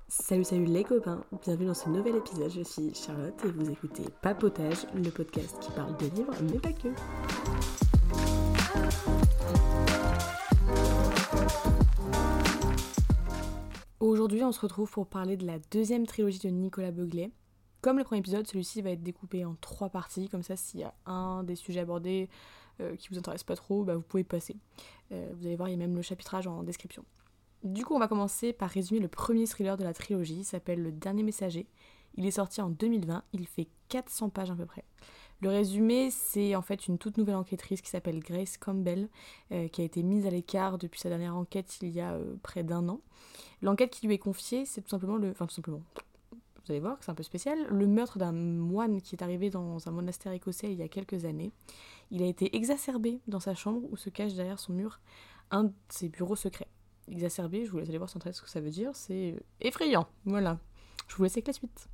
Salut les copains, bienvenue dans ce nouvel épisode, je suis Charlotte et vous écoutez Papotage, le podcast qui parle de livres mais pas que. Aujourd'hui on se retrouve pour parler de la deuxième trilogie de Nicolas Beuglet. Comme le premier épisode, celui-ci va être découpé en 3 parties, comme ça s'il y a un des sujets abordés qui vous intéresse pas trop, vous pouvez passer. Vous allez voir, il y a même le chapitrage en description. Du coup, on va commencer par résumer le premier thriller de la trilogie, il s'appelle Le Dernier Messager. Il est sorti en 2020, il fait 400 pages à peu près. Le résumé, c'est en fait une toute nouvelle enquêtrice qui s'appelle Grace Campbell, qui a été mise à l'écart depuis sa dernière enquête il y a près d'1 an. L'enquête qui lui est confiée, c'est tout simplement vous allez voir que c'est un peu spécial, le meurtre d'un moine qui est arrivé dans un monastère écossais il y a quelques années. Il a été exacerbé dans sa chambre où se cache derrière son mur un de ses bureaux secrets. Exacerbé, je vous laisse aller voir sans tête ce que ça veut dire, c'est effrayant, voilà. Je vous laisse avec la suite.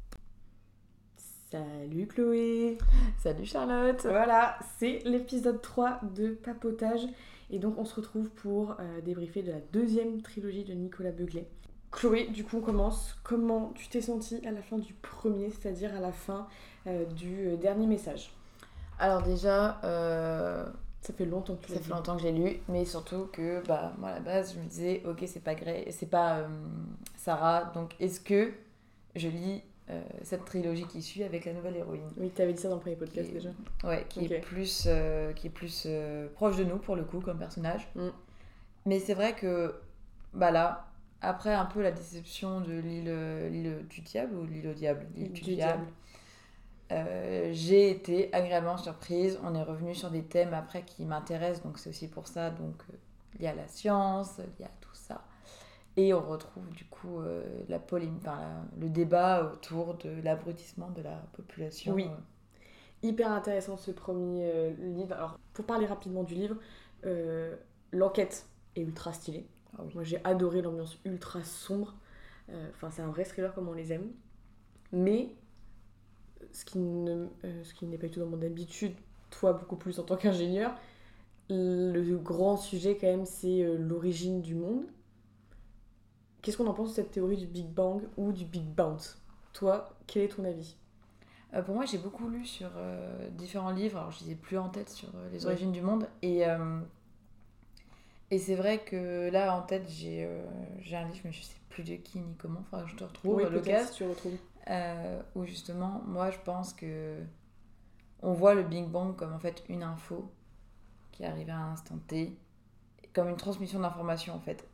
Salut Chloé. Salut Charlotte. Voilà, c'est l'épisode 3 de Papotage, et donc on se retrouve pour débriefer de la deuxième trilogie de Nicolas Beuglet. Chloé, du coup on commence. Comment tu t'es sentie à la fin du premier, c'est-à-dire à la fin du dernier message? Alors déjà, Ça fait longtemps que tu l'as ça fait lu. longtemps que j'ai lu, mais surtout que moi à la base je me disais ok c'est pas Sarah, donc est-ce que je lis cette trilogie qui suit avec la nouvelle héroïne? Oui, t'avais dit ça dans le premier podcast Qui- déjà. Ouais, qui Ok. est plus proche de nous pour le coup comme personnage. Mm. Mais c'est vrai que là, après un peu la déception de l'île du diable ou l'île au diable, l'île du diable. J'ai été agréablement surprise. On est revenu sur des thèmes après qui m'intéressent, donc c'est aussi pour ça, lié à la science, lié à tout ça. Et on retrouve du coup le débat autour de l'abrutissement de la population. Oui. Hyper intéressant ce premier livre. Alors, pour parler rapidement du livre, l'enquête est ultra stylée. Ah oui. Moi, j'ai adoré l'ambiance ultra sombre. C'est un vrai thriller comme on les aime. Mais, ce qui n'est pas du tout dans mon habitude, toi beaucoup plus en tant qu'ingénieur, le grand sujet quand même, c'est l'origine du monde. Qu'est-ce qu'on en pense de cette théorie du Big Bang ou du Big Bounce? Toi, quel est ton avis? Pour moi, j'ai beaucoup lu sur différents livres, alors je les ai plus en tête sur les Ouais. origines du monde, et c'est vrai que là en tête j'ai un livre, mais je sais plus de qui ni comment, enfin je te retrouve Oui, l'occasion. peut-être si tu retrouves. Où justement, moi je pense que on voit le Big Bang comme en fait une info qui arrive à un instant T, comme une transmission d'informations en fait.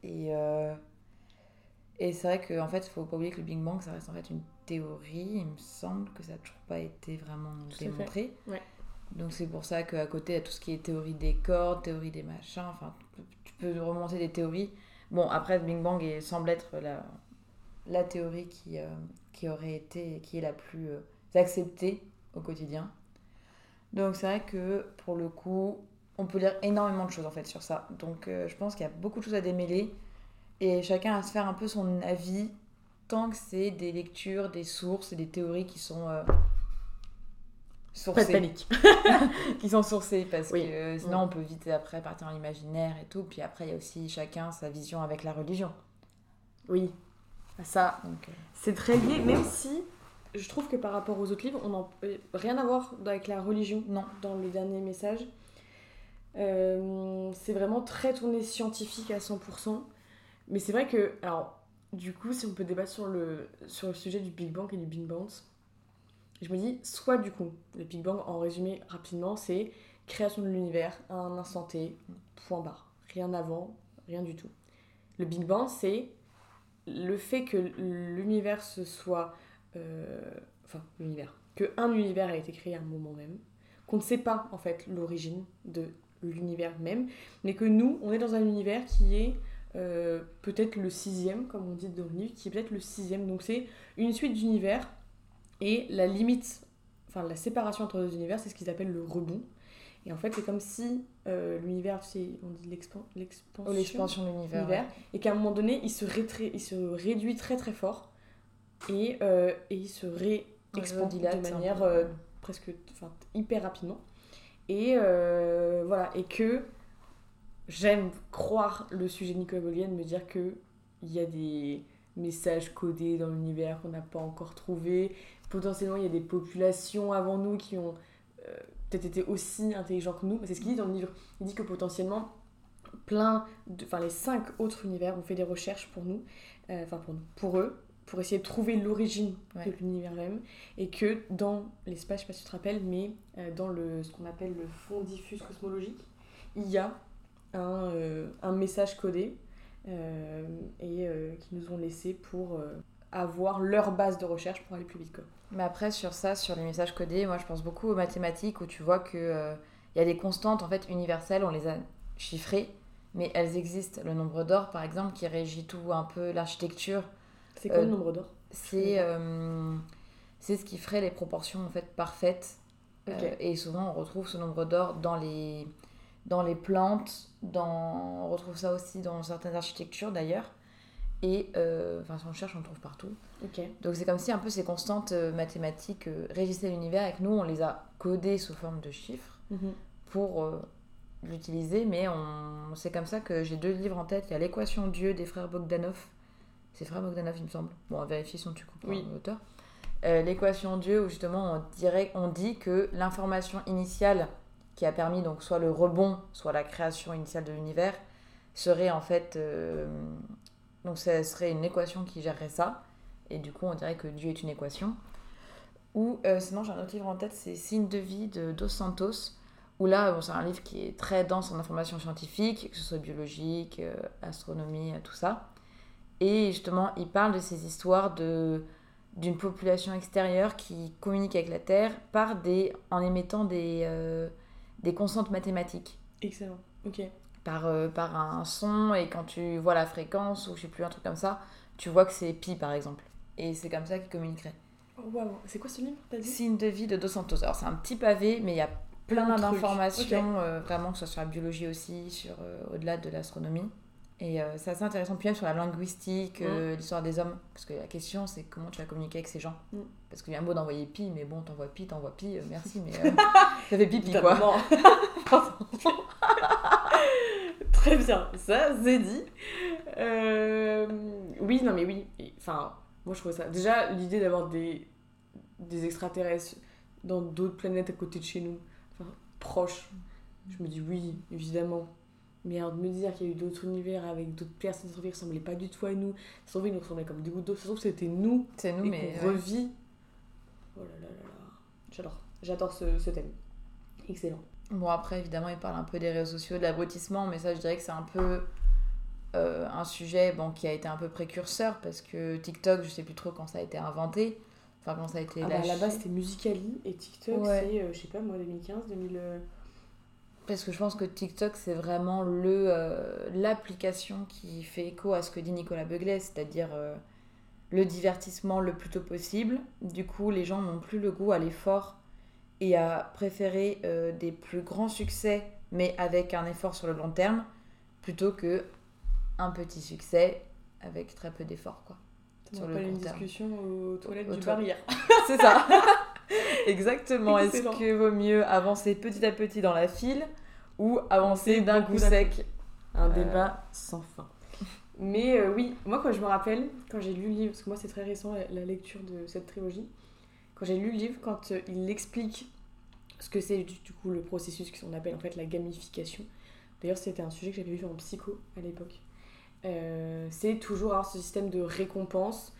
Et c'est vrai qu'en fait, il faut pas oublier que le Big Bang ça reste en fait une théorie. Il me semble que ça n'a toujours pas été vraiment Tout à démontré. fait. Ouais. Donc c'est pour ça qu'à côté, il y a tout ce qui est théorie des cordes, théorie des machins, enfin tu peux remonter des théories. Bon, après, le Big Bang semble être la théorie qui aurait été, qui est la plus acceptée au quotidien. Donc c'est vrai que pour le coup, on peut lire énormément de choses en fait sur ça. Donc je pense qu'il y a beaucoup de choses à démêler et chacun à se faire un peu son avis tant que c'est des lectures, des sources et des théories qui sont Pas de sourcées. panique. Qui sont sourcées parce Oui. que sinon on peut vite après partir en imaginaire et tout. Puis après il y a aussi chacun sa vision avec la religion. Oui. Ça, Donc, c'est très lié, même si je trouve que par rapport aux autres livres, on n'a rien à voir avec la religion. non. Dans le dernier message. C'est vraiment très tourné scientifique à 100%. Mais c'est vrai que, alors, du coup, si on peut débattre sur le sujet du Big Bang et du Big Bounce, je me dis, soit du coup, le Big Bang, en résumé rapidement, c'est création de l'univers à un instant T, point barre. Rien avant, rien du tout. Le Big Bang, c'est le fait que l'univers se soit... qu'un univers a été créé à un moment même, qu'on ne sait pas, en fait, l'origine de l'univers même, mais que nous, on est dans un univers qui est peut-être le 6e, comme on dit dans le livre, qui est peut-être le 6e. Donc c'est une suite d'univers, et la limite, la séparation entre deux univers, c'est ce qu'ils appellent le rebond. Et en fait, c'est comme si l'univers, tu sais, on dit L'expansion de l'univers. l'univers, et qu'à un moment donné, il se réduit très très fort, et il se réexpande Redilate de un manière peu. hyper rapidement. Et voilà, et que j'aime croire le sujet de Nicolas Beuglet, de me dire qu'il y a des messages codés dans l'univers qu'on n'a pas encore trouvé. Potentiellement, il y a des populations avant nous qui ont peut-être été aussi intelligents que nous. C'est ce qu'il dit dans le livre. Il dit que potentiellement, les 5 autres univers ont fait des recherches pour nous, pour eux, pour essayer de trouver l'origine de l'univers même, et que dans l'espace, je sais pas si tu te rappelles, mais dans ce qu'on appelle le fond diffus cosmologique, il y a un message codé qui nous ont laissé pour avoir leur base de recherche pour aller plus vite, quoi. Mais après, sur les messages codés, moi je pense beaucoup aux mathématiques où tu vois que y a des constantes en fait universelles, on les a chiffrées, mais elles existent. Le nombre d'or, par exemple, qui régit tout un peu l'architecture. C'est quoi le nombre d'or? C'est ce qui ferait les proportions en fait parfaites. Okay. Et souvent, on retrouve ce nombre d'or dans les plantes, on retrouve ça aussi dans certaines architectures d'ailleurs. Et si on cherche, on le trouve partout. Okay. Donc c'est comme si un peu ces constantes mathématiques régissaient l'univers et que nous, on les a codées sous forme de chiffres pour l'utiliser. Mais c'est comme ça que j'ai 2 livres en tête. Il y a l'équation Dieu des frères Bogdanov. C'est frère Bogdanov, il me semble. Bon, à vérifier si tu comprends l'auteur. L'équation Dieu, où justement on dit que l'information initiale qui a permis donc soit le rebond, soit la création initiale de l'univers, serait en fait... donc ça serait une équation qui gérerait ça. Et du coup, on dirait que Dieu est une équation. Ou sinon, j'ai un autre livre en tête, c'est Signes de vie de Dos Santos. Où là, c'est un livre qui est très dense en informations scientifiques, que ce soit biologique, astronomie, tout ça. Et justement, il parle de ces histoires d'une population extérieure qui communique avec la Terre en émettant des constantes mathématiques. Excellent, ok. Par un son, et quand tu vois la fréquence, ou je sais plus, un truc comme ça, tu vois que c'est pi par exemple. Et c'est comme ça qu'ils communiqueraient. Oh, waouh, c'est quoi ce livre, t'as dit? Signe de vie de Dos Santos. Alors c'est un petit pavé, mais il y a plein d'informations, vraiment, que ce soit sur la biologie aussi, au-delà de l'astronomie. Et c'est assez intéressant, puis même sur la linguistique, l'histoire des hommes. Parce que la question, c'est comment tu vas communiquer avec ces gens. Parce qu'il y a un mot d'envoyer pi, mais bon, t'envoies pi, merci, mais ça fait pipi, quoi. Très bien, ça c'est dit. Oui, non mais oui. Enfin, moi je trouve ça... Déjà, l'idée d'avoir des extraterrestres dans d'autres planètes à côté de chez nous, enfin, proches, je me dis oui, évidemment. Mais alors de me dire qu'il y a eu d'autres univers avec d'autres personnes qui ne ressemblaient pas du tout à nous, ça se trouve ils nous ressemblaient comme des gouttes d'eau, ça se trouve c'était nous, c'est nous, et mais qu'on revit. Oh là là là là, j'adore ce thème. Excellent. Bon, après évidemment il parle un peu des réseaux sociaux, de l'abrutissement, mais ça je dirais que c'est un peu un sujet qui a été un peu précurseur, parce que TikTok, je sais plus trop quand ça a été inventé, enfin quand ça a été lâché. Là-bas c'était Musical.ly, et TikTok c'est, je sais pas moi, 2015, 2000... Parce que je pense que TikTok, c'est vraiment l'application qui fait écho à ce que dit Nicolas Beuglet, c'est-à-dire le divertissement le plus tôt possible. Du coup, les gens n'ont plus le goût à l'effort et à préférer des plus grands succès, mais avec un effort sur le long terme, plutôt qu'un petit succès avec très peu d'effort, quoi. Ça me rappelle une discussion aux toilettes du bar hier. C'est ça. Exactement. Excellent. Est-ce que vaut mieux avancer petit à petit dans la file ou avancer d'un coup sec? Un débat sans fin. Mais oui, moi quand je me rappelle, quand j'ai lu le livre, parce que moi c'est très récent la lecture de cette trilogie, quand j'ai lu le livre, quand il explique ce que c'est du coup le processus qu'on appelle en fait la gamification. D'ailleurs c'était un sujet que j'avais vu en psycho à l'époque. C'est toujours avoir ce système de récompense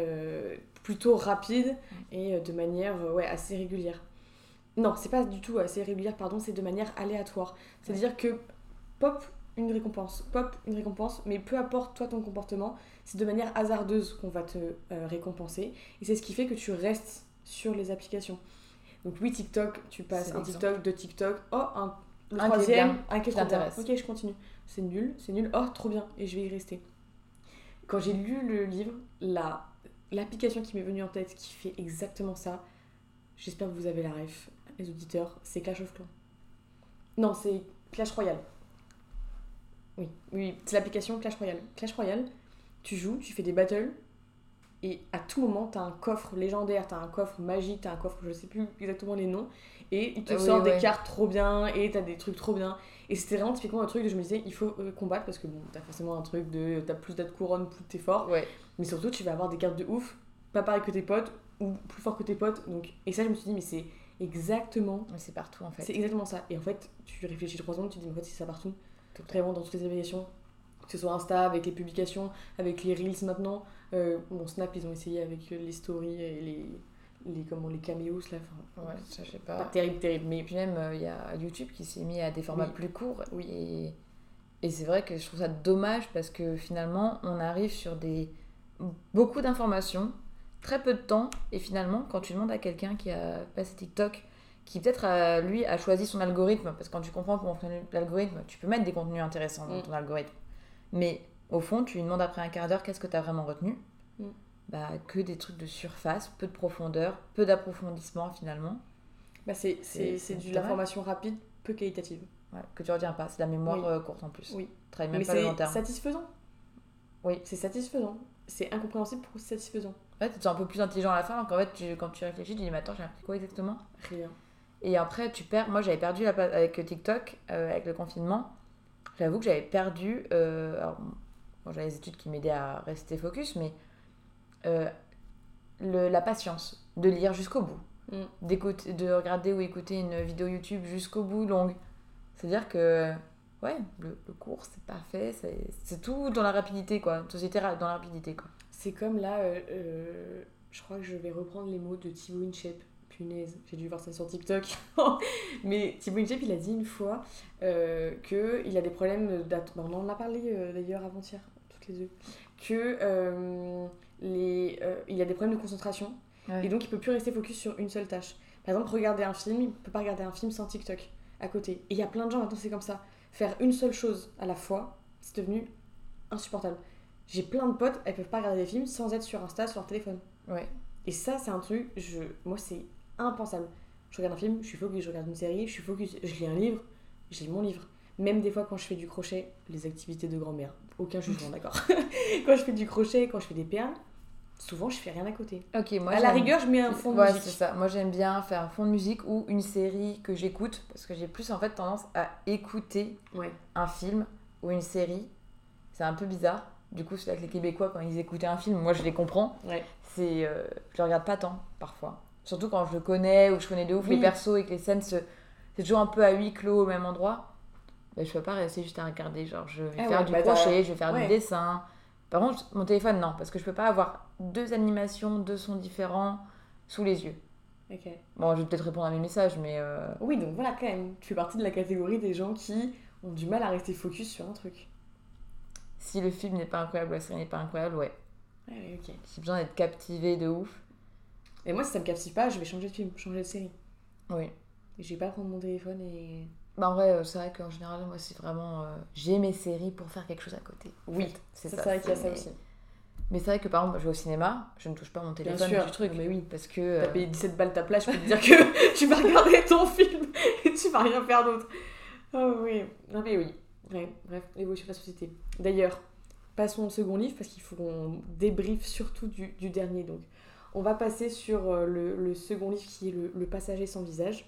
plutôt rapide et de manière assez régulière. Non, c'est pas du tout assez régulière, pardon, c'est de manière aléatoire. C'est-à-dire que pop une récompense, mais peu importe toi ton comportement, c'est de manière hasardeuse qu'on va te récompenser, et c'est ce qui fait que tu restes sur les applications. Donc oui, TikTok, tu passes un TikTok, 2 TikTok, le troisième, un qui t'intéresse. Ok, je continue. C'est nul, oh trop bien, et je vais y rester. Quand j'ai lu le livre, l'application qui m'est venue en tête, qui fait exactement ça, j'espère que vous avez la ref, les auditeurs, c'est Clash of Clans. Non, c'est Clash Royale. Oui, c'est l'application Clash Royale. Clash Royale, tu joues, tu fais des battles, et à tout moment, t'as un coffre légendaire, t'as un coffre magique, t'as un coffre, je sais plus exactement les noms, et ils te sortent des cartes trop bien, et t'as des trucs trop bien. Et c'était vraiment typiquement un truc de je me disais, il faut combattre, parce que bon, t'as forcément un truc de t'as plus d'être couronne, plus t'es fort, mais surtout tu vas avoir des cartes de ouf, pas pareil que tes potes, ou plus fort que tes potes, donc... Et ça, je me suis dit, mais c'est exactement... Mais c'est partout en fait. C'est exactement ça. Et en fait, tu réfléchis 3 secondes, tu te dis, mais en fait, c'est ça partout. Vraiment dans toutes les applications, que ce soit Insta, avec les publications, avec les Reels maintenant. Bon, Snap, ils ont essayé avec les stories et les caméos là. Enfin, ça je sais pas. Pas terrible. Mais puis même, il y a YouTube qui s'est mis à des formats plus courts. Oui. Et c'est vrai que je trouve ça dommage parce que finalement, on arrive sur beaucoup d'informations, très peu de temps. Et finalement, quand tu demandes à quelqu'un qui a passé TikTok, qui peut-être lui a choisi son algorithme, parce que quand tu comprends comment fonctionne l'algorithme, tu peux mettre des contenus intéressants dans ton algorithme. Mais au fond, tu lui demandes après un quart d'heure qu'est-ce que tu as vraiment retenu. Bah, que des trucs de surface, peu de profondeur, peu d'approfondissement finalement. Bah, c'est de l'information rapide, peu qualitative. Ouais, que tu retiens pas, c'est de la mémoire courte en plus. Oui. Travaille même pas le long terme. C'est satisfaisant. Oui. C'est satisfaisant. C'est incompréhensible pour c'est satisfaisant. Ouais, tu te sens un peu plus intelligent à la fin, donc en fait, quand tu réfléchis, tu dis, mais attends, j'ai appris quoi exactement ? Rien. Et après, tu perds. Moi, j'avais perdu avec TikTok, avec le confinement. J'avoue que j'avais perdu. Alors, bon, j'avais les études qui m'aidaient à rester focus, mais la patience de lire jusqu'au bout, de regarder ou écouter une vidéo YouTube jusqu'au bout longue. C'est-à-dire que, le cours, c'est parfait, c'est tout dans la rapidité, quoi. Une société dans la rapidité, quoi. C'est comme là, je crois que je vais reprendre les mots de Thibaut InShape. Punaise, j'ai dû voir ça sur TikTok. Mais Thibaut InShape, il a dit une fois qu'il a des problèmes d'attention. On en a parlé d'ailleurs avant-hier, toutes les deux. Il a des problèmes de concentration. Ouais. Et donc, il peut plus rester focus sur une seule tâche. Par exemple, regarder un film, il peut pas regarder un film sans TikTok à côté. Et il y a plein de gens maintenant, c'est comme ça. Faire une seule chose à la fois, c'est devenu insupportable. J'ai plein de potes, elles peuvent pas regarder des films sans être sur Insta, sur leur téléphone. Ouais. Et ça, c'est un truc, moi, c'est impensable. Je regarde un film, je suis focus, je regarde une série, je suis focus, je lis un livre, je lis mon livre. Même des fois, quand je fais du crochet, les activités de grand-mère, aucun jugement, d'accord. Quand je fais du crochet, quand je fais des perles, souvent, je fais rien à côté. Ok, moi, à la rigueur, je mets un fond de musique. C'est ça. Moi, j'aime bien faire un fond de musique ou une série que j'écoute, parce que j'ai plus, en fait, tendance à écouter un film ou une série. C'est un peu bizarre. Du coup, c'est avec les Québécois, quand ils écoutaient un film, moi, je les comprends. Ouais. Je le regarde pas tant, parfois. Surtout quand je le connais, ou je connais de ouf les persos et que les scènes, c'est toujours un peu à huis clos au même endroit. Bah, je peux pas rester juste à regarder. Genre, je vais faire du crochet, je vais faire du dessin. Par contre, mon téléphone, non, parce que je peux pas avoir 2 animations, 2 sons différents sous les yeux. Ok. Bon, je vais peut-être répondre à mes messages, mais... Oui, donc voilà, quand même, tu fais partie de la catégorie des gens qui ont du mal à rester focus sur un truc. Si le film n'est pas incroyable, la série n'est pas incroyable, ouais. Ouais, ok. J'ai besoin d'être captivée de ouf. Et moi, si ça me captive pas, je vais changer de film, changer de série. Oui. Et je vais pas prendre mon téléphone et... Bah en vrai, c'est vrai qu'en général, moi, c'est vraiment... j'ai mes séries pour faire quelque chose à côté. Oui, en fait, c'est vrai qu'il y a ça aussi. Mais c'est vrai que par exemple, je vais au cinéma, je ne touche pas mon téléphone du truc. Mais oui, parce que... T'as payé 17 balles ta place, je peux te dire que tu vas regarder ton film et tu vas rien faire d'autre. Oh oui, non mais oui. Ouais, bref, l'évolution de la société. D'ailleurs, passons au second livre parce qu'il faut qu'on débriefe surtout du dernier. Donc, on va passer sur le second livre qui est le passager sans visage.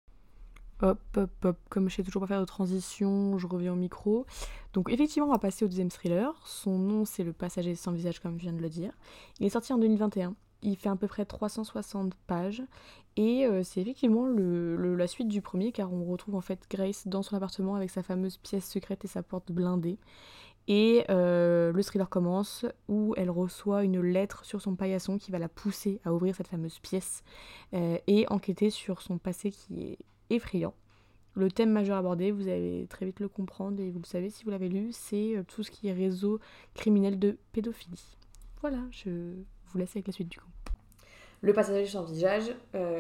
Hop. Comme je sais toujours pas faire de transition, je reviens au micro. Donc effectivement, on va passer au deuxième thriller. Son nom, c'est Le passager sans visage, comme je viens de le dire. Il est sorti en 2021. Il fait à peu près 360 pages. Et c'est effectivement la suite du premier, car on retrouve en fait Grace dans son appartement avec sa fameuse pièce secrète et sa porte blindée. Et le thriller commence où elle reçoit une lettre sur son paillasson qui va la pousser à ouvrir cette fameuse pièce et enquêter sur son passé qui est effrayant. Le thème majeur abordé, vous allez très vite le comprendre et vous le savez si vous l'avez lu, c'est tout ce qui est réseau criminel de pédophilie. Voilà, je vous laisse avec la suite du coup. Le passager sans visage,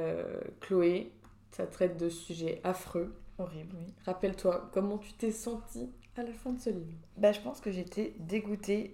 Chloé, ça traite de sujets affreux. Horrible, oui. Rappelle-toi, comment tu t'es sentie à la fin de ce livre? Bah, je pense que j'étais dégoûtée,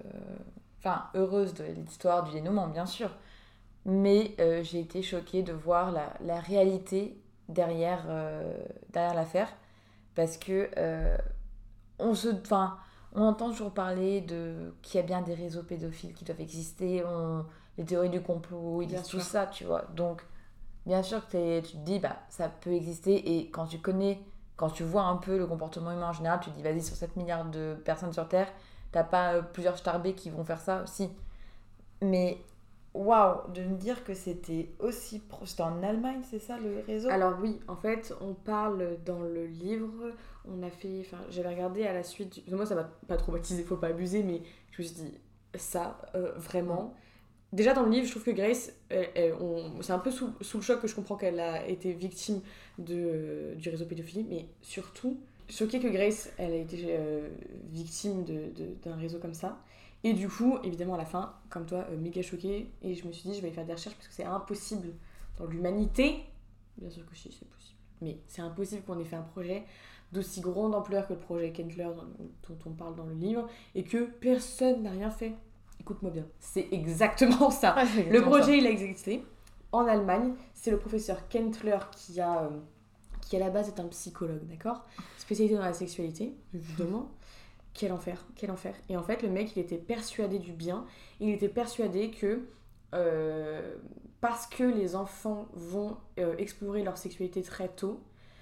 heureuse de l'histoire, du dénouement, bien sûr, mais j'ai été choquée de voir la réalité derrière l'affaire, parce que on On entend toujours parler qu'il y a bien des réseaux pédophiles qui doivent exister, les théories du complot, ils disent tout ça, tu vois. Donc, bien sûr que tu te dis, bah, ça peut exister. Et quand tu vois un peu le comportement humain en général, tu te dis, vas-y, sur 7 milliards de personnes sur Terre, t'as pas plusieurs starbés qui vont faire ça aussi. Mais waouh, de me dire que c'était aussi proche. C'était en Allemagne, c'est ça le réseau? Alors oui, en fait, on parle dans le livre, j'avais regardé à la suite, moi ça m'a pas traumatisé, faut pas abuser, mais je me suis dit, ça, vraiment. Déjà dans le livre, je trouve que Grace, c'est un peu sous le choc que je comprends qu'elle a été victime du réseau pédophilie, mais surtout, choquée que Grace, elle a été victime d'un réseau comme ça. Et du coup, évidemment, à la fin, comme toi, méga choquée. Et je me suis dit, je vais aller faire des recherches parce que c'est impossible dans l'humanité. Bien sûr que si, c'est possible. Mais c'est impossible qu'on ait fait un projet d'aussi grande ampleur que le projet Kentler dont on parle dans le livre et que personne n'a rien fait. Écoute-moi bien, c'est exactement ça. Ouais, le projet, il a existé en Allemagne. C'est le professeur Kentler qui à la base est un psychologue, d'accord, spécialisé dans la sexualité, évidemment. Quel enfer, quel enfer. Et en fait, le mec, il était persuadé du bien. Il était persuadé que parce que les enfants vont explorer leur sexualité très tôt,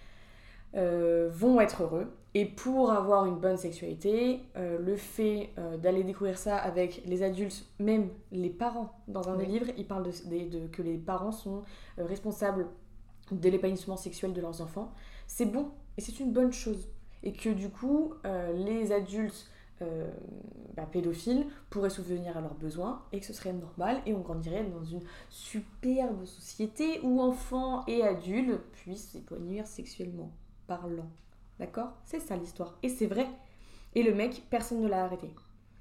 vont être heureux. Et pour avoir une bonne sexualité, le fait d'aller découvrir ça avec les adultes, même les parents, dans un des livres, il parle que les parents sont responsables de l'épanouissement sexuel de leurs enfants. C'est bon et c'est une bonne chose. Et que du coup, les adultes pédophiles pourraient subvenir à leurs besoins et que ce serait normal et on grandirait dans une superbe société où enfants et adultes puissent s'épanouir sexuellement parlant. D'accord? C'est ça l'histoire. Et c'est vrai. Et le mec, personne ne l'a arrêté.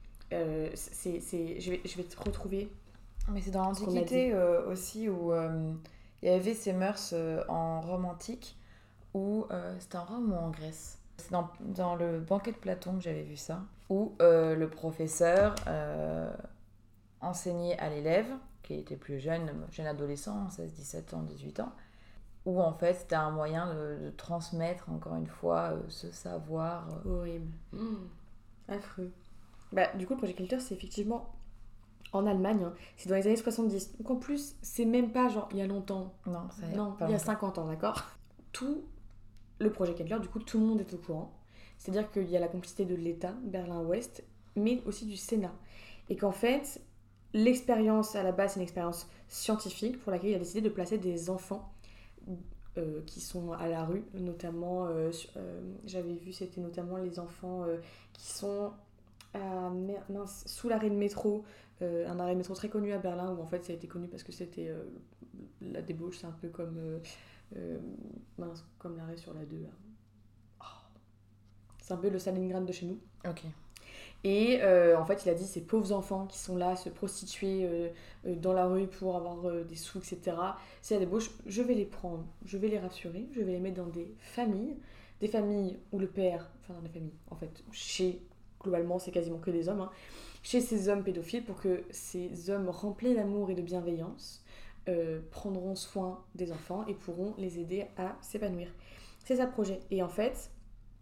Je vais te retrouver. Mais c'est dans l'Antiquité aussi où il y avait ces mœurs en Rome antique où c'était en Rome ou en Grèce. C'est dans le banquet de Platon que j'avais vu ça, où le professeur enseignait à l'élève, qui était plus jeune adolescent, 16, 17 ans, 18 ans, où en fait c'était un moyen de transmettre encore une fois ce savoir. Horrible. Affreux. Du coup, le projet Kilter, c'est effectivement en Allemagne, hein. C'est dans les années 70. Donc en plus, c'est même pas genre il y a longtemps. Non, il y a 50 ans, d'accord? Tout le projet Kettler, du coup, tout le monde est au courant. C'est-à-dire qu'il y a la complicité de l'État, Berlin-Ouest, mais aussi du Sénat. Et qu'en fait, l'expérience, à la base, c'est une expérience scientifique pour laquelle il a décidé de placer des enfants qui sont à la rue, notamment, j'avais vu, c'était notamment les enfants qui sont sous l'arrêt de métro, un arrêt de métro très connu à Berlin, où en fait ça a été connu parce que c'était la débauche, c'est un peu comme comme l'arrêt sur la 2 là. C'est un peu le Stalingrad de chez nous. Ok. Et en fait, il a dit ces pauvres enfants qui sont là, se prostituer dans la rue pour avoir des sous, etc. C'est la débauche, je vais les prendre, je vais les rassurer, je vais les mettre dans des familles où le père, enfin dans des familles, en fait, globalement, c'est quasiment que des hommes, hein, chez ces hommes pédophiles pour que ces hommes remplis d'amour et de bienveillance prendront soin des enfants et pourront les aider à s'épanouir. C'est ça le projet. Et en fait,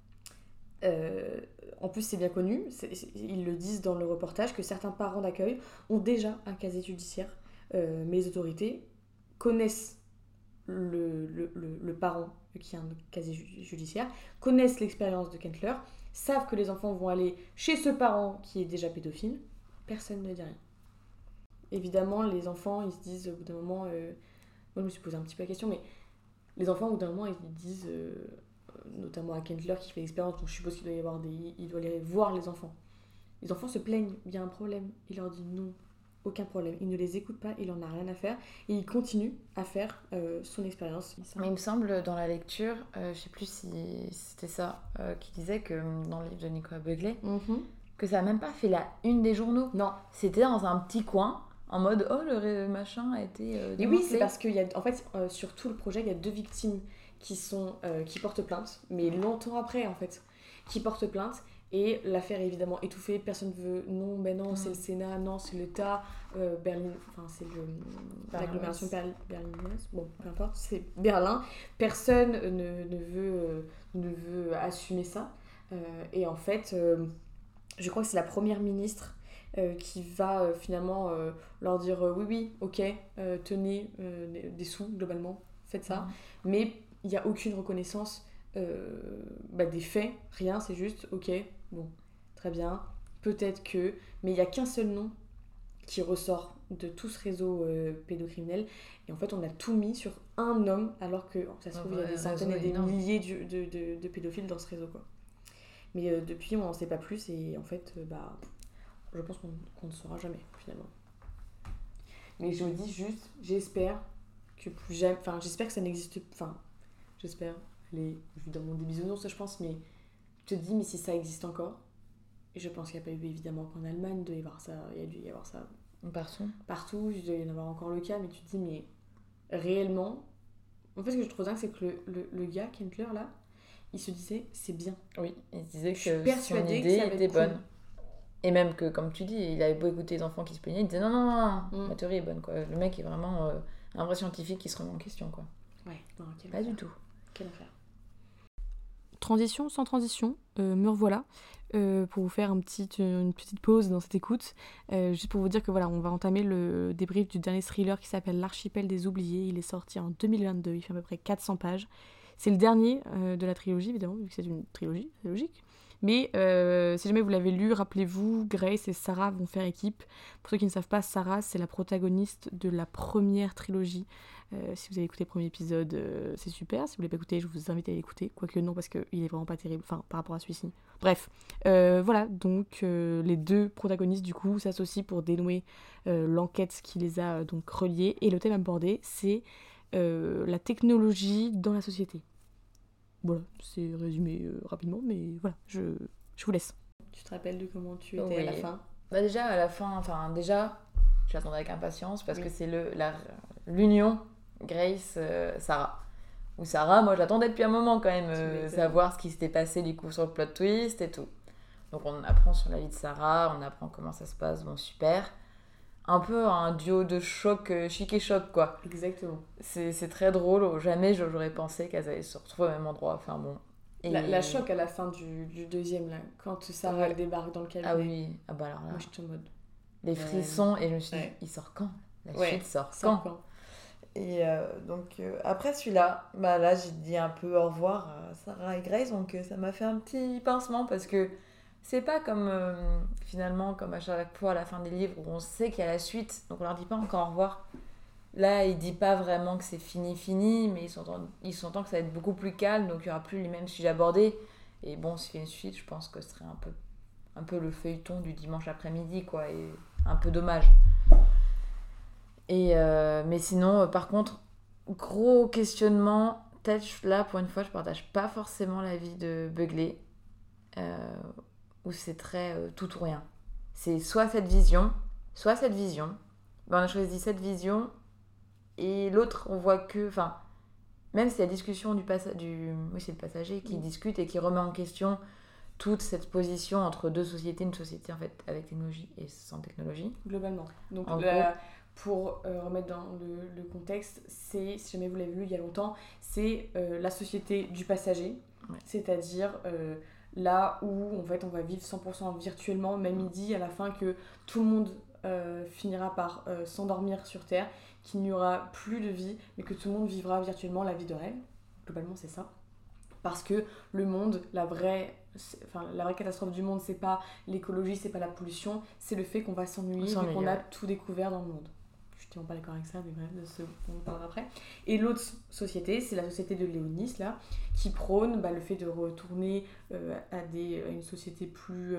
en plus c'est bien connu, ils le disent dans le reportage, que certains parents d'accueil ont déjà un casier judiciaire, mais les autorités connaissent le parent qui a un casier judiciaire, connaissent l'expérience de Kentler, savent que les enfants vont aller chez ce parent qui est déjà pédophile, personne ne dit rien. Évidemment, les enfants, ils se disent au bout d'un moment... moi, je me suis posé un petit peu la question, mais les enfants, au bout d'un moment, ils disent... notamment à Kentler qui fait l'expérience, donc je suppose il doit aller voir les enfants. Les enfants se plaignent, il y a un problème. Il leur dit non, aucun problème. Il ne les écoute pas, il en a rien à faire. Et il continue à faire son expérience. Mais il me semble, dans la lecture, je sais plus si c'était ça, qui disait que dans le livre de Nicolas Beuglet, que ça n'a même pas fait la une des journaux. Non. C'était dans un petit coin, en mode « Oh, le machin a été démantelé ». Et oui, c'est parce qu'il y a, en fait, sur tout le projet, il y a 2 victimes qui portent plainte, mais longtemps après, en fait, qui portent plainte. Et l'affaire est évidemment étouffée, personne ne veut, non, ben non, c'est le Sénat, non, c'est l'État, Berlin, enfin c'est l'agglomération berlinoise, bon, peu importe, c'est Berlin, personne ne veut assumer ça, et en fait, je crois que c'est la première ministre qui va finalement leur dire oui, ok, tenez des sous globalement, faites ça. Mais il n'y a aucune reconnaissance des faits, rien, c'est juste ok, bon, très bien, peut-être que, mais il n'y a qu'un seul nom qui ressort de tout ce réseau pédocriminel. Et en fait, on a tout mis sur un homme, alors que ça se trouve, il y a des centaines et des milliers de pédophiles dans ce réseau, quoi. Mais depuis, on n'en sait pas plus, et en fait, je pense qu'on ne saura jamais, finalement. Mais je me dis juste, j'espère que plus jamais... Enfin, j'espère que ça n'existe... Enfin, j'espère, allez, évidemment des bisounours, je pense, mais je te dis, mais si ça existe encore, et je pense qu'il n'y a pas eu évidemment qu'en Allemagne, il doit y avoir ça, il y a dû y avoir ça partout, il doit y en avoir encore le cas, mais tu te dis, mais réellement, en fait, ce que je trouve dingue, c'est que le gars, Kentler, là, il se disait, c'est bien. Oui, il se disait Je suis que son persuadée que idée ça va être était bonne. cool. Et même que, comme tu dis, il avait beau écouter les enfants qui se plaignaient, il disait non, Mm. la théorie est bonne, quoi. Le mec est vraiment un vrai scientifique qui se remet en question, quoi. Ouais, non, quel Pas enfer. du tout. Quel enfer. Transition sans transition, me revoilà pour vous faire une petite pause dans cette écoute, juste pour vous dire que voilà, on va entamer le débrief du dernier thriller qui s'appelle L'Archipel des Oubliés. Il est sorti en 2022, il fait à peu près 400 pages. C'est le dernier de la trilogie, évidemment, vu que c'est une trilogie, c'est logique. Mais si jamais vous l'avez lu, rappelez-vous, Grace et Sarah vont faire équipe. Pour ceux qui ne savent pas, Sarah, c'est la protagoniste de la première trilogie. Si vous avez écouté le premier épisode, c'est super. Si vous ne l'avez pas écouté, je vous invite à l'écouter. Quoique non, parce qu'il est vraiment pas terrible, enfin, par rapport à celui-ci. Bref, voilà, donc les deux protagonistes, du coup, s'associent pour dénouer l'enquête qui les a donc reliés. Et le thème abordé, c'est la technologie dans la société. Voilà, c'est résumé rapidement, mais voilà, je vous laisse. Tu te rappelles de comment tu étais à la fin ? Bah déjà, à la fin, je l'attendais avec impatience parce que c'est l'union Grace-Sarah. Ou Sarah, moi je l'attendais depuis un moment quand même, savoir ce qui s'était passé, les coups sur le plot twist et tout. Donc on apprend sur la vie de Sarah, on apprend comment ça se passe, bon super. Un peu un duo de choc, chic et choc quoi. Exactement. C'est très drôle, jamais j'aurais pensé qu'elles allaient se retrouver au même endroit, enfin bon. Et la choc à la fin du deuxième là, quand Sarah elle débarque dans le cabinet. Ah oui, ah bah alors là. Moi j'étais en mode... Les frissons, et je me suis dit, il sort quand ? La suite sort quand ? Et donc après celui-là, là j'ai dit un peu au revoir à Sarah et Grace, donc ça m'a fait un petit pincement parce que c'est pas comme finalement comme à chaque fois à la fin des livres où on sait qu'il y a la suite, donc on leur dit pas encore au revoir. Là il dit pas vraiment que c'est fini, mais il s'entend que ça va être beaucoup plus calme, donc il y aura plus les mêmes sujets abordés. Et bon, s'il y a une suite, je pense que ce serait un peu le feuilleton du dimanche après-midi quoi, et un peu dommage. Et mais sinon, par contre, gros questionnement. Peut-être là, pour une fois, je partage pas forcément l'avis de Begley, où c'est très tout ou rien. C'est soit cette vision. Ben, on a choisi cette vision, et l'autre, on voit que. Enfin, même si la discussion oui, c'est le passager qui discute et qui remet en question toute cette position entre deux sociétés, une société en fait avec technologie et sans technologie. Globalement. Donc pour remettre dans le contexte, c'est, si jamais vous l'avez lu il y a longtemps, c'est la société du passager, c'est-à-dire là où en fait on va vivre 100% virtuellement. Même il dit à la fin que tout le monde finira par s'endormir sur Terre, qu'il n'y aura plus de vie, mais que tout le monde vivra virtuellement la vie de rêve. Globalement c'est ça. Parce que le monde, la vraie catastrophe du monde, c'est pas l'écologie, c'est pas la pollution, c'est le fait qu'on va s'ennuyer et qu'on a tout découvert dans le monde. Je suis tellement pas d'accord avec ça, mais bref, de ce on en parlera après. Et l'autre société, c'est la société de Léonis, là, qui prône le fait de retourner à une société plus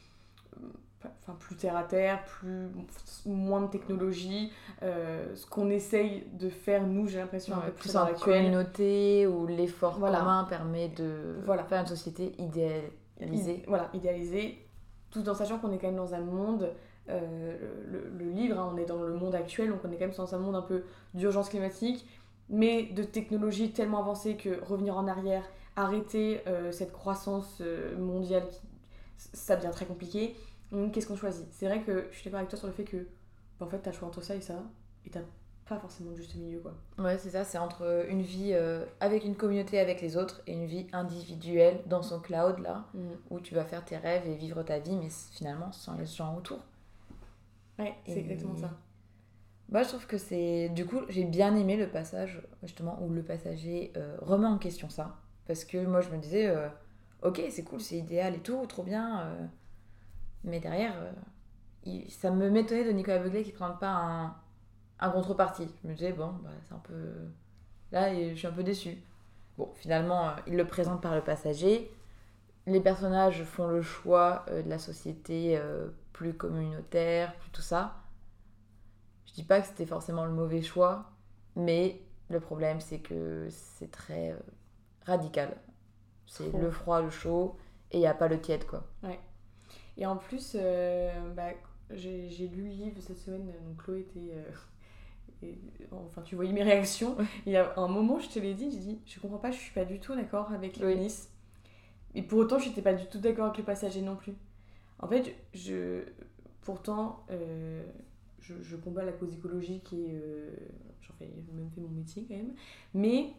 terre à terre, moins de technologie, ce qu'on essaye de faire nous, j'ai l'impression, un peu plus en communauté, où l'effort commun permet de faire une société idéalisée. Idéalisée, tout en sachant qu'on est quand même dans un monde, le livre, on est dans le monde actuel, donc on est quand même dans un monde un peu d'urgence climatique, mais de technologie tellement avancée que revenir en arrière, arrêter cette croissance mondiale, ça devient très compliqué. Donc, qu'est-ce qu'on choisit ? C'est vrai que je suis d'accord avec toi sur le fait que en fait t'as le choix entre ça et ça, et t'as pas forcément de juste milieu, quoi. Ouais, c'est ça, c'est entre une vie avec une communauté, avec les autres, et une vie individuelle dans son cloud, là, où tu vas faire tes rêves et vivre ta vie, mais finalement sans les gens autour. Ouais, c'est exactement ça. Moi, je trouve que c'est... Du coup, j'ai bien aimé le passage, justement, où le passager remet en question ça. Parce que moi, je me disais, ok, c'est cool, c'est idéal et tout, trop bien. Mais derrière, ça me m'étonnait de Nicolas Beuglet qui ne prenne pas un contrepartie. Je me disais, bon, bah, c'est un peu... Là, je suis un peu déçue. Bon, finalement, il le présente par le passager. Les personnages font le choix de la société plus communautaire, plus tout ça. Je dis pas que c'était forcément le mauvais choix, mais le problème, c'est que c'est très radical. C'est Trop. le froid, le chaud, et il n'y a pas le tiède, quoi. Ouais. Et en plus, j'ai lu le livre cette semaine, donc Chloé était... enfin, tu voyais mes réactions. Il y a un moment, je te l'ai dit, j'ai dit, je comprends pas, je suis pas du tout d'accord avec les ministres. Et pour autant, j'étais pas du tout d'accord avec le passager non plus. En fait, pourtant, je combats la cause écologique et j'en fais même fait mon métier quand même. Mais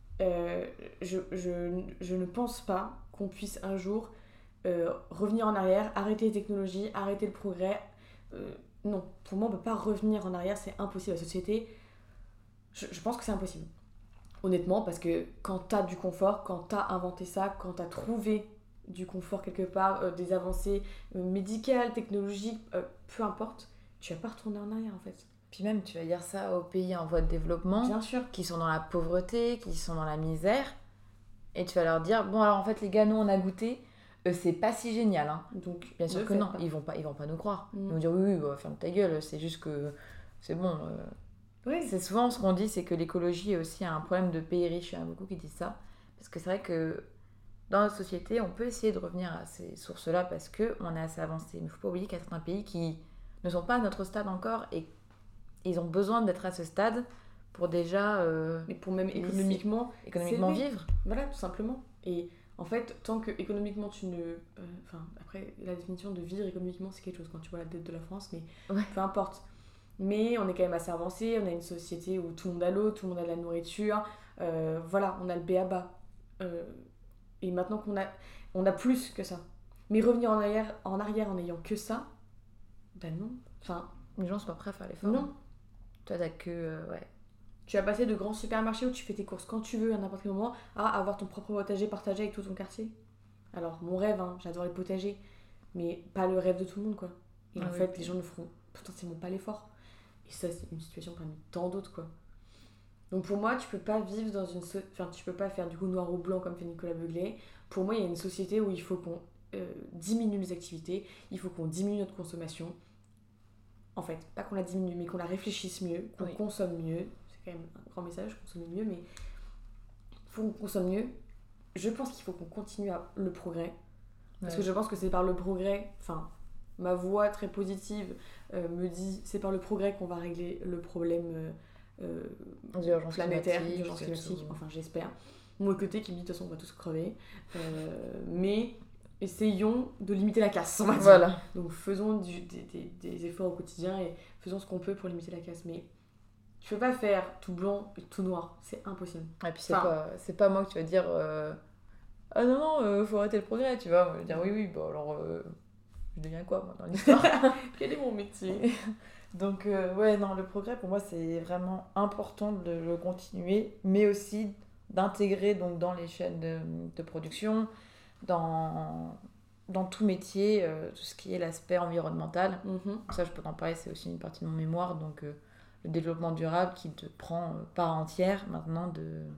je ne pense pas qu'on puisse un jour revenir en arrière, arrêter les technologies, arrêter le progrès. Non, pour moi, on ne peut pas revenir en arrière, c'est impossible. La société, je pense que c'est impossible. Honnêtement, parce que quand tu as du confort, quand tu as inventé ça, quand tu as trouvé du confort quelque part, des avancées médicales, technologiques, peu importe, tu vas pas retourner en arrière en fait. Puis même, tu vas dire ça aux pays en voie de développement, Bien sûr, qui sont dans la pauvreté, qui sont dans la misère, et tu vas leur dire, bon alors en fait les gars, nous on a goûté, c'est pas si génial, hein. donc Bien sûr ne que faites non, pas. ils vont pas nous croire. Mm. Ils vont dire, oui, oui, bah, ferme ta gueule, c'est juste que c'est bon. Oui. C'est souvent ce qu'on dit, c'est que l'écologie est aussi un problème de pays riches, il y en a beaucoup qui disent ça. Parce que c'est vrai que dans notre société, on peut essayer de revenir à ces sources-là parce qu'on est assez avancé. Mais il ne faut pas oublier qu'il y a certains pays qui ne sont pas à notre stade encore et ils ont besoin d'être à ce stade pour déjà Mais pour même économiquement vivre. Voilà, tout simplement. Et en fait, tant que économiquement tu ne... Enfin, après, la définition de vivre économiquement, c'est quelque chose quand tu vois la dette de la France, mais peu importe. Mais on est quand même assez avancé, on a une société où tout le monde a l'eau, tout le monde a de la nourriture, voilà, on a le b.a.-ba. Et maintenant on a plus que ça. Mais revenir en arrière en ayant que ça, ben non. Enfin, les gens sont pas prêts à faire l'effort. Non. Toi, t'as que... ouais. Tu vas passer de grands supermarchés où tu fais tes courses quand tu veux, à n'importe quel moment, à avoir ton propre potager partagé avec tout ton quartier. Alors, mon rêve, hein, j'adore les potagers, mais pas le rêve de tout le monde, quoi. Et en fait, les gens ne feront potentiellement pas l'effort. Et ça, c'est une situation parmi tant d'autres, quoi. Donc pour moi, tu peux pas vivre dans une... Enfin, tu peux pas faire du coup noir ou blanc comme fait Nicolas Beuglet. Pour moi, il y a une société où il faut qu'on diminue les activités, il faut qu'on diminue notre consommation. En fait, pas qu'on la diminue, mais qu'on la réfléchisse mieux, qu'on consomme mieux. C'est quand même un grand message, consommer mieux, mais il faut qu'on consomme mieux. Je pense qu'il faut qu'on continue le progrès. Parce que je pense que c'est par le progrès, enfin, ma voix très positive me dit c'est par le progrès qu'on va régler le problème d'urgence planétaire, climatique, d'urgence climatique, enfin j'espère. Mon côté qui me dit de toute façon on va tous crever. Mais essayons de limiter la casse, on va dire. Voilà. Donc faisons des efforts au quotidien et faisons ce qu'on peut pour limiter la casse. Mais tu peux pas faire tout blanc et tout noir, c'est impossible. Et puis c'est pas moi que tu vas dire ah non, faut arrêter le progrès, tu vois. Je vais dire oui, bon alors je deviens quoi moi dans l'histoire. Quel est mon métier? Donc ouais, non, le progrès pour moi c'est vraiment important de le continuer, mais aussi d'intégrer donc dans les chaînes de production, dans tout métier, tout ce qui est l'aspect environnemental. Ça, je peux t'en parler, c'est aussi une partie de mon mémoire, donc le développement durable qui te prend part entière maintenant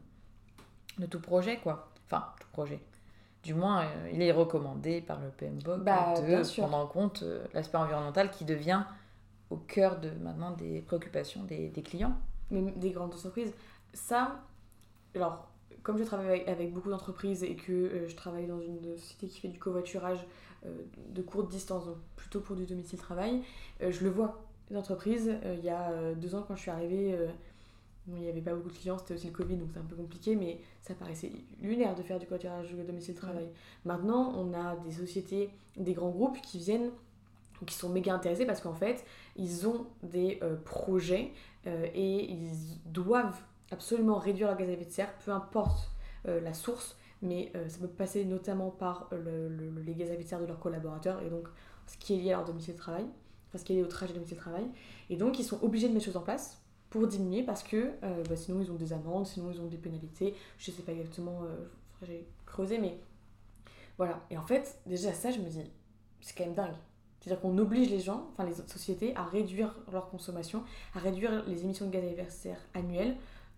de tout projet, quoi. Enfin, tout projet. Du moins, il est recommandé par le PMBOK de prendre en compte l'aspect environnemental qui devient au cœur maintenant des préoccupations des clients. Même des grandes entreprises. Ça, alors, comme je travaille avec beaucoup d'entreprises et que je travaille dans une société qui fait du covoiturage de courte distance, donc plutôt pour du domicile-travail, je le vois. Les entreprises, il y a 2 ans quand je suis arrivée, il n'y avait pas beaucoup de clients, c'était aussi le Covid, donc c'est un peu compliqué, mais ça paraissait lunaire de faire du covoiturage de domicile-travail. Maintenant, on a des sociétés, des grands groupes qui viennent qui sont méga intéressés parce qu'en fait, ils ont des projets et ils doivent absolument réduire leur gaz à effet de serre, peu importe la source, mais ça peut passer notamment par les gaz à effet de serre de leurs collaborateurs et donc ce qui est lié à leur domicile de travail, enfin ce qui est lié au trajet domicile de travail. Et donc, ils sont obligés de mettre choses en place pour diminuer parce que sinon, ils ont des amendes, sinon, ils ont des pénalités. Je sais pas exactement, j'ai creusé, mais voilà. Et en fait, déjà ça, je me dis, c'est quand même dingue. C'est-à-dire qu'on oblige les gens, enfin les sociétés, à réduire leur consommation, à réduire les émissions de gaz à effet de serre annuelles.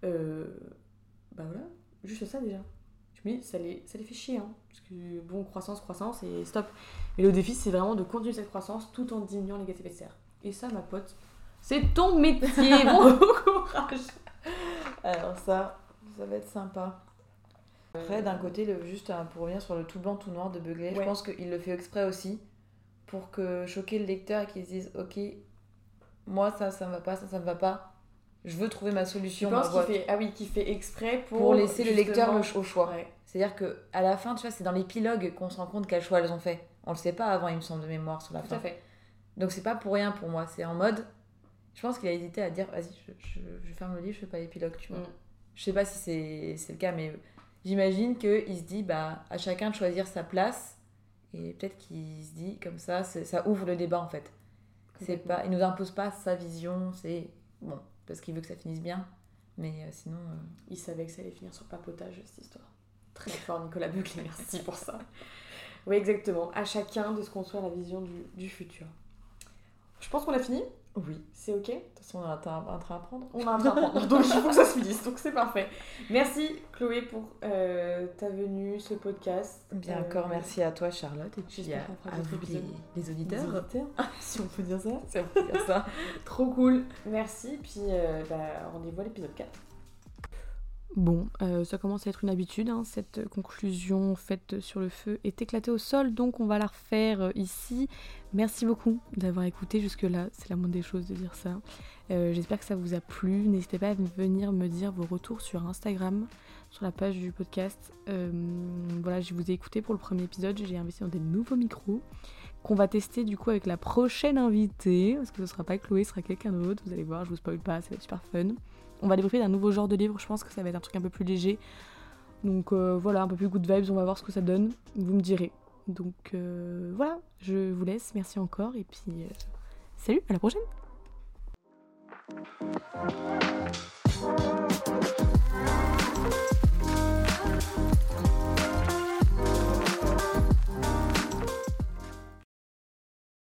Bah voilà, juste ça déjà. Je me dis, ça les fait chier, hein. Parce que bon, croissance et stop. Mais le défi, c'est vraiment de continuer cette croissance tout en diminuant les gaz à effet de serre. Et ça, ma pote, c'est ton métier. Bon courage. Alors ça va être sympa. Après, d'un côté, juste pour revenir sur le tout blanc, tout noir de Beuglet, je pense qu'il le fait exprès aussi pour que choquer le lecteur et qu'il se dise ok, moi ça me va pas, ça me va pas, je veux trouver ma solution. Je pense qu'il fait exprès pour laisser le lecteur au choix. Ouais. C'est-à-dire qu'à la fin, tu vois, c'est dans l'épilogue qu'on se rend compte quel choix elles ont fait. On le sait pas avant, il me semble, de mémoire sur la fin. Tout à fait. Donc c'est pas pour rien pour moi, c'est en mode, je pense qu'il a hésité à dire vas-y, je ferme le livre, je fais pas l'épilogue, tu vois. Je sais pas si c'est le cas, mais j'imagine qu'il se dit bah à chacun de choisir sa place. Et peut-être qu'il se dit comme ça ouvre le débat en fait. Il nous impose pas sa vision, c'est bon, parce qu'il veut que ça finisse bien, mais sinon... Il savait que ça allait finir sur papotage cette histoire. Très fort Nicolas Beuglet, merci pour ça. Oui, exactement, à chacun de se construire la vision du futur. Je pense qu'on a fini. Oui. C'est ok. De toute façon, on a un train à prendre. On a un train à prendre, donc il faut que ça se finisse, donc c'est parfait. Merci Chloé pour ta venue, ce podcast. Bien encore merci à toi Charlotte et puis j'espère qu'on fera à vous les auditeurs. Si on peut dire ça. Si on peut dire ça. Trop cool. Merci, puis rendez-vous à l'épisode 4. Bon, ça commence à être une habitude, hein. Cette conclusion faite sur le feu est éclatée au sol, donc on va la refaire ici. Merci beaucoup d'avoir écouté jusque-là, c'est la moindre des choses de dire ça. J'espère que ça vous a plu, n'hésitez pas à venir me dire vos retours sur Instagram, sur la page du podcast. Voilà, je vous ai écouté pour le premier épisode, j'ai investi dans des nouveaux micros qu'on va tester du coup avec la prochaine invitée, parce que ce sera pas Chloé, ce sera quelqu'un d'autre, vous allez voir, je vous spoil pas, ça va être super fun. On va débriefer d'un nouveau genre de livre, je pense que ça va être un truc un peu plus léger. Donc voilà, un peu plus good vibes, on va voir ce que ça donne, vous me direz. Donc voilà, je vous laisse, merci encore, et puis salut, à la prochaine.